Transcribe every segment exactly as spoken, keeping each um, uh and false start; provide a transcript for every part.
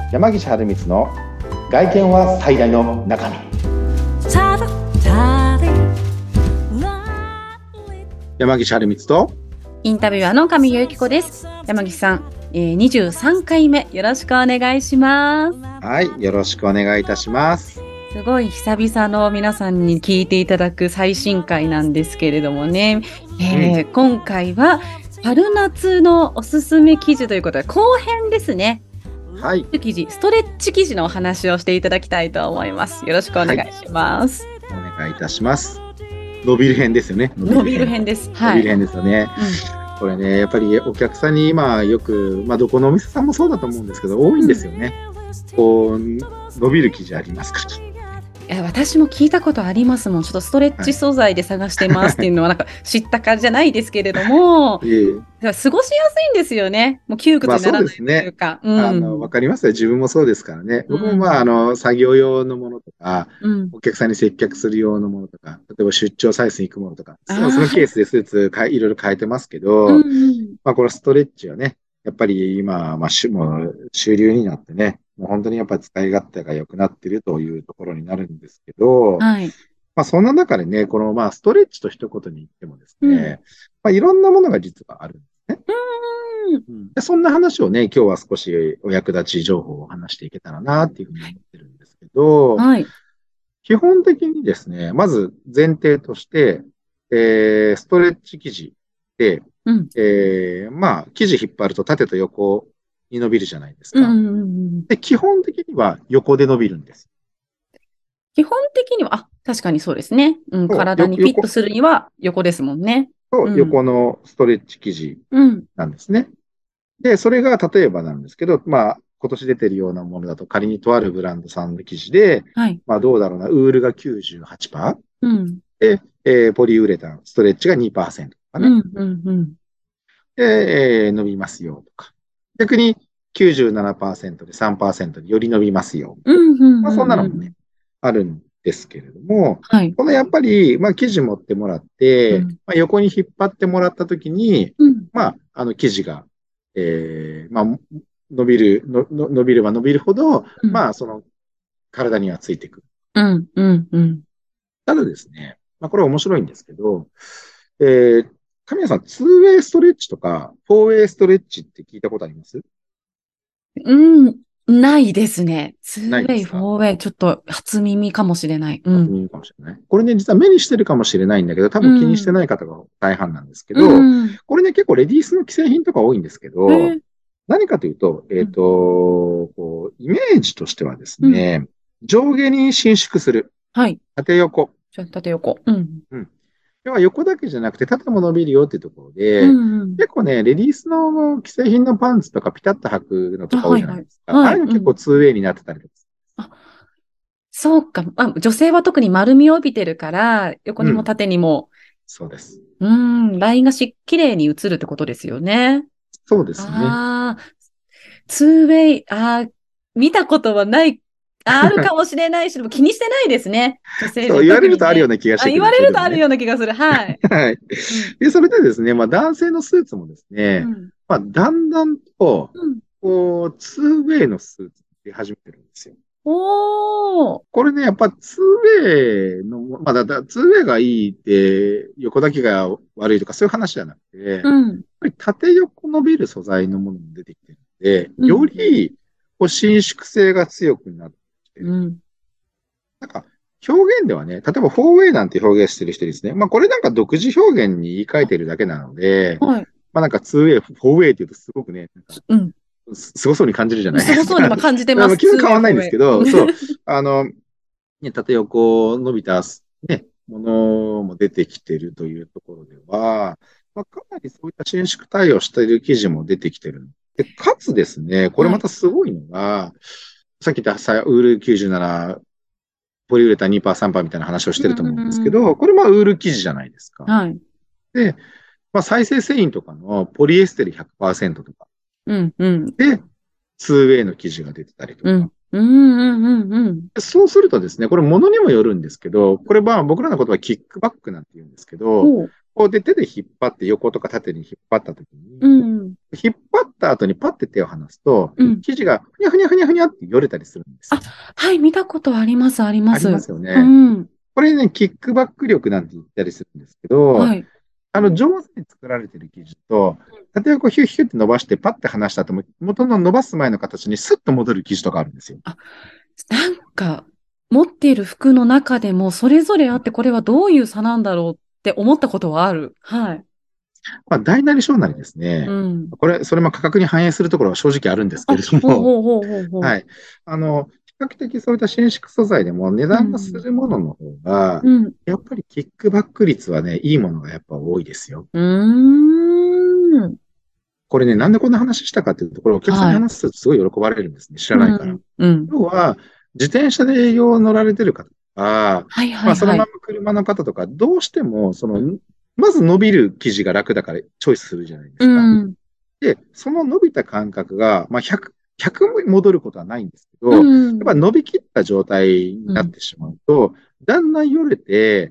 山岸春光の外見は最大の中身。山岸春光とインタビュアーの上由紀子です。山岸さん、えー、にじゅうさんかいめよろしくお願いします。 はい、よろしくお願いいたします。 すごい久々の皆さんに聞いていただく最新回なんですけれどもね、えーうん、今回は春夏のおすすめ記事ということで後編ですね。 はい、 記事ストレッチ記事のお話をしていただきたいと思います。よろしくお願いします。 はい、お願いいたします。伸びる編ですよね。 伸びる編です。 はい、伸びる編ですよね、うん、これねやっぱりお客さんに今よく、まあ、どこのお店さんもそうだと思うんですけど多いんですよね、うん、こう伸びる記事ありますか？ いや私も聞いたことありますもん。ちょっとストレッチ素材で探してますっていうのはなんか知ったかじゃないですけれども、いや過ごしやすいんですよね。もう窮屈にならないというか。 まあ、そうですね。うん、あのわかりますよ。自分もそうですからね。僕もまあ、うん、あの作業用のものとか、うん、お客さんに接客する用のものとか、例えば出張採寸行くものとか、そのケースでスーツかいろいろ変えてますけど、うんうん、まあこのストレッチはね、やっぱり今、まあ、主もう主流になってね、もう本当にやっぱり使い勝手が良くなっているというところになるんですけど、 はい、 まあそんな中でね、このまあストレッチと一言に言ってもですね、うん、まあいろんなものが実はあるんですね。うん、でそんな話をね、今日は少しお役立ち情報を話していけたらなっていうふうに思ってるんですけど、はい、基本的にですね、まず前提として、えー、ストレッチ生地で、うんえー、まあ生地引っ張ると縦と横に伸びるじゃないですか。うんうんうん、で基本的には横で伸びるんです。 基本的には、あ、確かにそうですね。うん、体にフィットするには横ですもんね。 そう、横のストレッチ生地なんですね。うん、で、それが例えばなんですけど、まあ、今年出てるようなものだと仮にとあるブランドさんの生地で、はい、まあどうだろうな、ウールが きゅうじゅうはちパーセント、うん、で、えー、ポリウレタン、ストレッチが にパーセント かな。うんうんうん、で、えー、伸びますよとか。逆に きゅうじゅうななパーセント で さんパーセント でより伸びますよ。うんうんうんうん、まあそんなのもね、あるんですけれども、はい、このやっぱり、まあ生地持ってもらって、うん、まあ、横に引っ張ってもらったときに、うん、まあ、あの生地が、えー、まあ、伸びるの、伸びれば伸びるほど、うん、まあ、その、体にはついてくる。うん、うん、うん。ただですね、まあ、これ面白いんですけど、えー、神谷さん、ツーウェイストレッチとか、フォーウェイストレッチって聞いたことあります？ うん、ないですね。ツーウェイ、フォーウェイ、ちょっと初耳かもしれない。 うん、初耳かもしれない。これね、実は目にしてるかもしれないんだけど、多分気にしてない方が大半なんですけど、うん、これね、結構レディースの既製品とか多いんですけど、何かというと、えっ、ー、と、こう、イメージとしてはですね、うん、上下に伸縮する。はい。縦横。 縦横。うん。 うん。要は横だけじゃなくて縦も伸びるよっていうところで、うんうん、結構ね、レディースの既製品のパンツとかピタッと履くのとか多いじゃないですか。あ、はいはい、ああいうの結構 ツーウェイ になってたりとか。 うん、あ、そうか。あ、女性は特に丸みを帯びてるから、横にも縦にも。うん、 そうです。 うん、ラインがしっきりに映るってことですよね。 そうですね。 ああ、ツーウェイ、ああ、見たことはない。あるかもしれないし、でも気にしてないですね。女性で、ね。 そう、言われるとあるような気がしてくる、 ね。言われるとあるような気がする。はい。 はい。で、それでですね、まあ男性のスーツもですね、うん、まあだんだんと、こう、ツーウェイのスーツ出始めてるんですよ。 おー。 これね、やっぱツーウェイの、まあだ、だツーウェイがいいって、横だけが悪いとかそういう話じゃなくて、うん、やっぱり縦横伸びる素材のものも出てきてるので、うん、よりこう伸縮性が強くなってきてる。うん、なんか、表現ではね、例えばフォーウェイなんて表現してる人ですね。まあこれなんか独自表現に言い換えてるだけなので、はい、まあなんかツーウェイ、フォーウェイって言うとすごくね、なんかうんすごそうに感じるじゃないですか。 すごそうに感じてます。 基本変わんないんですけど、そう。あの、ね、縦横伸びた、ね、ものも出てきてるというところでは、まあ、かなりそういった伸縮対応している記事も出てきてる。で、かつですね、これまたすごいのが、はい、さっき言ったウールきゅうじゅうなな、ポリウレタン にパーセント、さんパーセント みたいな話をしてると思うんですけど、これまあウール生地じゃないですか。はい。で、まあ再生繊維とかのポリエステル ひゃくパーセント とか。うんうん。で、ツーウェイの生地が出てたりとか。うんうんうんうんうん、そうするとですね、これ物にもよるんですけど、これは僕らのことはキックバックなんて言うんですけど、 こうで手で引っ張って横とか縦に引っ張ったときに、 うん、 引っ張った後にパッて手を離すと、 うん、 生地がふにゃふにゃふにゃふにゃってよれたりするんですよ。 あ、はい、見たことあります、ありまあります。 すよね。 うん。 これね、キックバック力なんて言ったりするんですけど、 はい。 あの、上手に作られてる生地と、例えばこうヒュッヒュッって伸ばしてパッて離した後も、元の伸ばす前の形にスッと戻る生地とかあるんですよ。 あ、なんか、持っている服の中でもそれぞれあって、これはどういう差なんだろうって思ったことはある。はい。 まあ、大なり小なりですね。 うん。 これ、それも価格に反映するところは正直あるんですけあ、 れども、 ほうほうほうほうほう。 はい。あの、比較的そういった伸縮素材でも値う段がすん。 るものの方が、 うん。 やっぱりキックバック率はね、いいものがやっぱ多いですよ。 うーん。 これね、なんでこんな話したかっていうと、これお客さんにはい。 話すとすごい喜ばれるんですね。知らないから。 うん。うん。 要は、自転車で営業を乗られてる方とか、 はいはまあ、そのいはい。 まま車の方とか、どうしても、その、まず伸びる生地が楽だからチョイスするじゃないでうすか。 ん。 で、その伸びた感覚が、まあ、ひゃく、ひゃく戻ることはないんですけうど、やっん。 ぱ伸びきった状態になっうん。 てしまうと、だんだんよれて、 うん。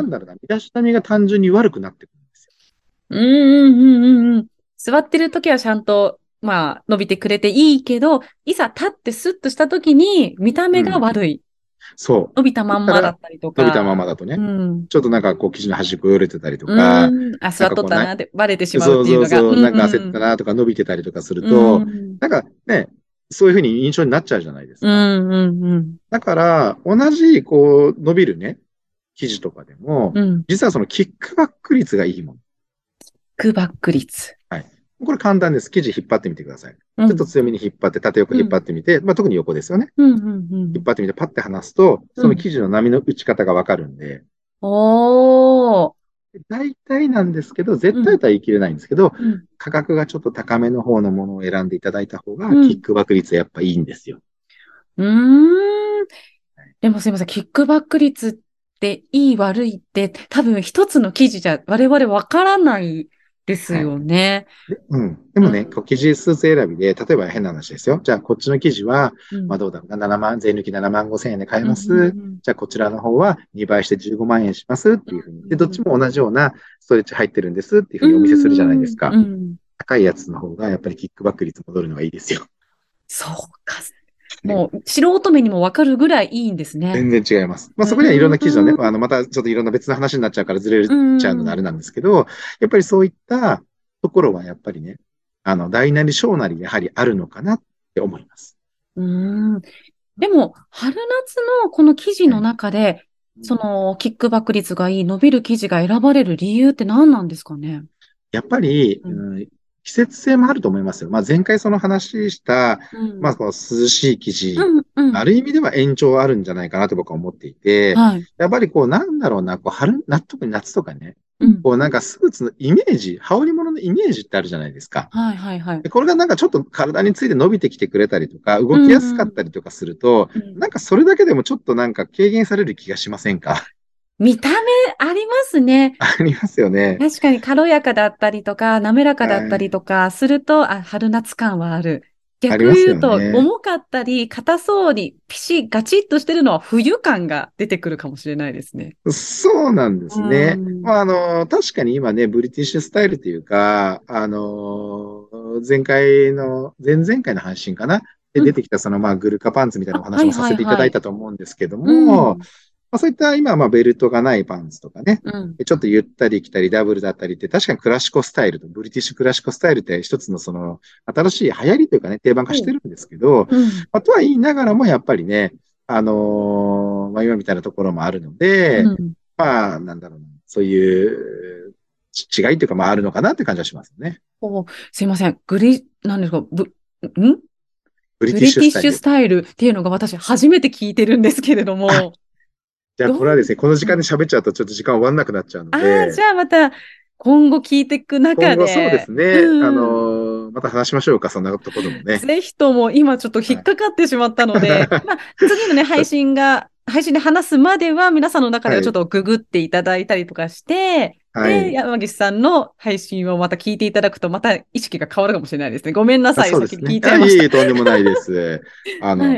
なんだろうな、身だしなみが単純に悪くなってくるんですよ。 うんうんうんうん。座ってるときはちゃんと、まあ、伸びてくれていいけど、いざ立ってスッとしたときに見た目がうん。 悪い。 そう。 伸びたまんだから、 まだったりと伸びたままか。 だとね、 うん。 ちょっとなんかこう、生地の端っこよれてたりとうか、 ーん。あ、座っなんかこうな、 とったなってバレてしまうっそうていうのが。 そうそう、 うんなんか焦っうん。 たなとか伸びてたりとかするうと、 ん。 なんかね、そういうふうに印象になっちゃうじゃないですか。 うんうんうん。 だから、同じ、こう、伸びるね、生地とかでも、 うん。 実はそのキックバック率がいいもの。 クバック率。 はい。これ簡単です。生地引っ張ってみてください。ちょっとうん。 強めに引っ張って、縦横引っ張うん。 ってみて、まあ、特に横ですよね。 うんうんうん。 引っ張ってみて、パッて離すと、 うん。 その生地の波の打ち方がわかるんで、 おー。 大体なんですけど、絶うん。 対とは言い切れないんですけど、 うん。 価格がちょっと高めの方のものを選んでいただいた方が、 うん。 キックバック率はやっぱいいんですよ。 うーん。でもすいません。キックバック率っていい悪いって多分一つの記事じゃ我々わからないですはい。 よね。 で、うん。でもね、 うん。 こう生地スーツ選びで、例えば変な話ですよ。じゃあ、こっちの生地は、 うん。 まあどうだろうな、ななまん、税抜きななまんごせん円で買えうん。 ます。 うん。 じゃあ、こちらの方はにばいしてじゅうごまん円しますっていうふうに。で、どっちも同じようなストレッチ入ってるんですっていうふううにお見せするじゃないですん。うか。 ん。 高いやつの方が、やっぱりキックバック率戻るのがいいですよ。 そうか。 ね、 もう素人目にもわかるぐらいいいんですね。 全然違います。まあ、 うそこにはいろんな記事のね、 ーん。 あの、またちょっといろんな別の話になっちゃうからずれうちゃうのであれん。 なんですけど、やっぱりそういったところはやっぱりね、あの、大なり小なりやはりあるのかなって思います。 うーん。でも、春夏のこの記事のはい。 中で、 うん、 そのキックバック率がいい、伸びる記事が選ばれる理由って何なんですかね。 やっぱり、 うん。 うん、季節性もあると思いますよ。まあ、前回その話した、 うん。 まあ、この涼しい生地、 うん。うん。 ある意味では延長はあるんじゃないかなと僕は思っていて、 はい。 やっぱりこう、なんだろうな、こう、春、夏、特に夏とかね、 うん。 こう、なんかスーツのイメージ、羽織物のイメージってあるじゃないですか。 はいはいはい。 でこれがなんかちょっと体について伸びてきてくれたりとか、 う動きやすかっん。 たりとかすると、 うん。 なんかそれだけでもちょっとなんか軽減される気がしませんか？ 見た目ありますね。 ありますよね。 確かに軽やかだったりとか、滑らかだったりはい。 とかすると、あ、春夏感はある。逆あります言うと、 よね。 重かったり、硬そうに、ピシッ、ガチッとしてるのは冬感が出てくるかもしれないですね。 そうなんでうすね。 ん。 まあ、あの、確かに今ね、ブリティッシュスタイルというか、あの、前回の、前々回の配信かなでうん。 出てきたそのまあグルカパンツみたいなあ、 おはい話もさせていたはいはい。 だいたと思うんですけどうも、 ん。 まあ、そういった今、まあ、ベルトがないパンツとかね、 うん。 ちょっとゆったり着たりダブルだったりって、確かにクラシコスタイルと、ブリティッシュクラシコスタイルって一つのその、新しい流行りというかね、定番化してるんですけど、 うん。 まあ、とは言いながらもやっぱりね、あのーまあ、今みたいなところもあるので、 うん。 まあ、なんだろうな、そういう違いというか、まあ、あるのかなって感じはしますね。 お、すいません。グリ、なんですか、ブ、んブリティッブリティッシュスタイル。 シュスタイルっていうのが私初めて聞いてるんですけれどあ、 も、 じゃあどん、 これはですね、この時間でうん。 喋っちゃうとちょっと時間終わんなくなっちゃうのああ、じで、 ゃあまた今後聞いていく中今後そうでで、 すね、あうんうん。 のーまた話しましょうか、そんなところもね。 ぜひとも今ちょっと引っはい。 かかってしまったので、まあ次のね、配信が、配信で話すまでは皆さんの中ではい。 はちょっとググっていただいたりとかして、で、 はい。 山岸さんの配信をまた聞いていただくと、また意識が変わるかもしれないですね。ごめんなあ、 さい。 そうですね。 先に聞いちゃいあ、 ました。 いえいえ、とんでもないです。あはい。 の、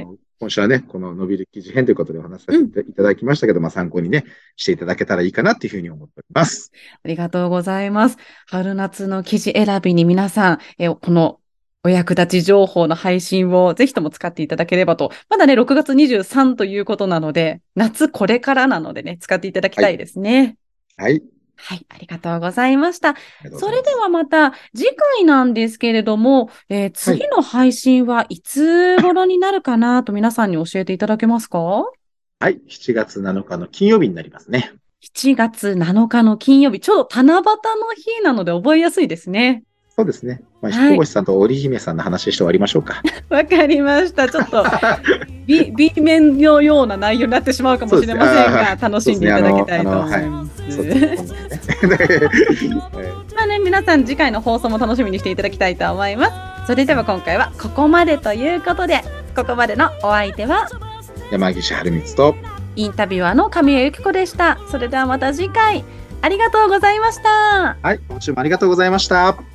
今週はね、この伸びる記事編ということでお話しさせていただきましたけど、うん、まあ参考にね、していただけたらいいかなっていうふうに思っております。 ありがとうございます。春夏の記事選びに皆さん、えこのお役立ち情報の配信をぜひとも使っていただければと。まだね、ろくがつにじゅうさんということなので、夏これからなのでね、使っていただきたいですね。 はい。 はい、ありがとうございました。それではまた次回なんですけれども、えー、次の配信はいつ頃になるかなと皆さんに教えていただけますか？はい、しちがつなのかの金曜日になりますね。 しちがつなのかの金曜日、ちょうど七夕の日なので覚えやすいですね。 そうですね。まあ、彦星さんと織姫さんの話して終わりましょうか。 わかりました。ちょっと B, B 面のような内容になってしまうかもしれませんが、楽しんでいただきたいと思います。まあね、皆さん次回の放送も楽しみにしていただきたいと思います。それでは今回はここまでということで、ここまでのお相手は山岸春光とインタビュアーの神谷由紀子でした。それではまた次回ありがとうございました。 はい、今週もありがとうございました。